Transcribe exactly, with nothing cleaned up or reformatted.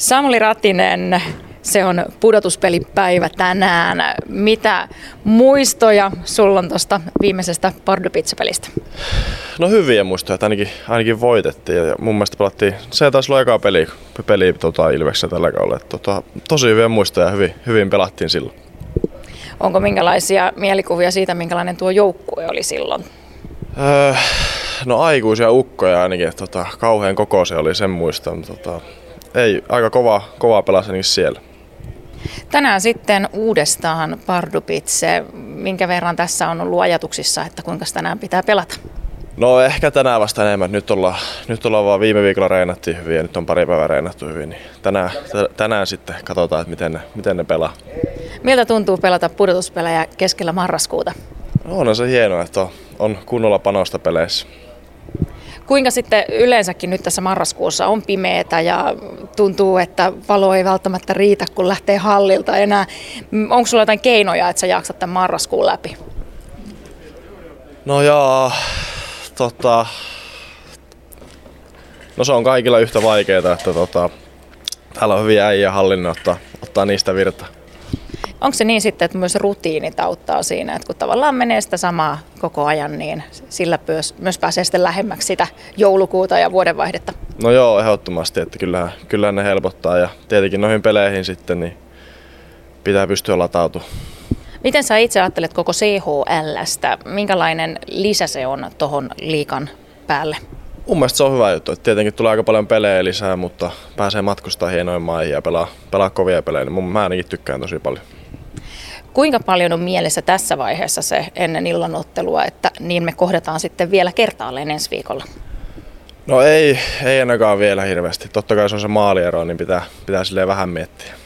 Samuli Ratinen, se on pudotuspelipäivä tänään. Mitä muistoja sulla on tuosta viimeisestä Pardupizza-pelistä? No hyviä muistoja, että ainakin, ainakin voitettiin ja mun mielestä pelattiin, se taisi olla eka peli, peli tota, Ilveksessä tällä kaudella. Tota, tosi hyviä muistoja ja hyvin, hyvin pelattiin silloin. Onko minkälaisia mielikuvia siitä, minkälainen tuo joukkue oli silloin? Öö, no aikuisia ukkoja ainakin, että tota, kauhean kokoisia oli sen muista, mutta tota, ei, aika kova, kova pelasi ainakin siellä. Tänään sitten uudestaan Pardupizza. Minkä verran tässä on ollut ajatuksissa, että kuinka tänään pitää pelata? No ehkä tänään vasta enemmän. Nyt ollaan, nyt ollaan vaan viime viikolla reenattiin hyvin ja nyt on pari päivää reenattu hyvin. Niin tänään, tänään sitten katsotaan, että miten ne, miten ne pelaa. Miltä tuntuu pelata pudotuspelejä keskellä marraskuuta? No, on se hienoa, että on, on kunnolla panosta peleissä. Kuinka sitten yleensäkin nyt tässä marraskuussa on pimeätä ja tuntuu, että valo ei välttämättä riitä, kun lähtee hallilta enää. Onko sulla jotain keinoja, että sä jaksat tämän marraskuun läpi? No jaa, tota, no se on kaikilla yhtä vaikeaa, että tota, täällä on hyviä äijä hallin, ottaa, ottaa niistä virta. Onko se niin sitten, että myös rutiinit auttaa siinä, että kun tavallaan menee sitä samaa koko ajan, niin sillä myös, myös pääsee sitten lähemmäksi sitä joulukuuta ja vuodenvaihdetta? No joo, ehdottomasti, että kyllähän, kyllähän ne helpottaa ja tietenkin noihin peleihin sitten niin pitää pystyä latautumaan. Miten sä itse ajattelet koko C H L:stä? Minkälainen lisä se on tuohon liigan päälle? Mun mielestä se on hyvä juttu. Että tietenkin tulee aika paljon pelejä lisää, mutta pääsee matkustaa hienoihin maihin ja pelaa, pelaa kovia pelejä. Niin mä ainakin tykkään tosi paljon. Kuinka paljon on mielessä tässä vaiheessa se ennen illanottelua, että niin me kohdataan sitten vielä kertaalleen ensi viikolla? No ei, ei ainakaan vielä hirveästi. Totta kai se on se maaliero, niin pitää, pitää silleen vähän miettiä.